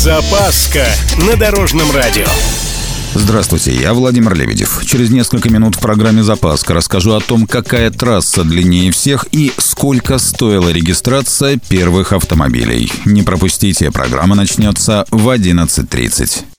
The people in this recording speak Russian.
Запаска на Дорожном радио. Здравствуйте, я Владимир Лебедев. Через несколько минут в программе «Запаска» расскажу о том, какая трасса длиннее всех и сколько стоила регистрация первых автомобилей. Не пропустите, программа начнется в 11:30.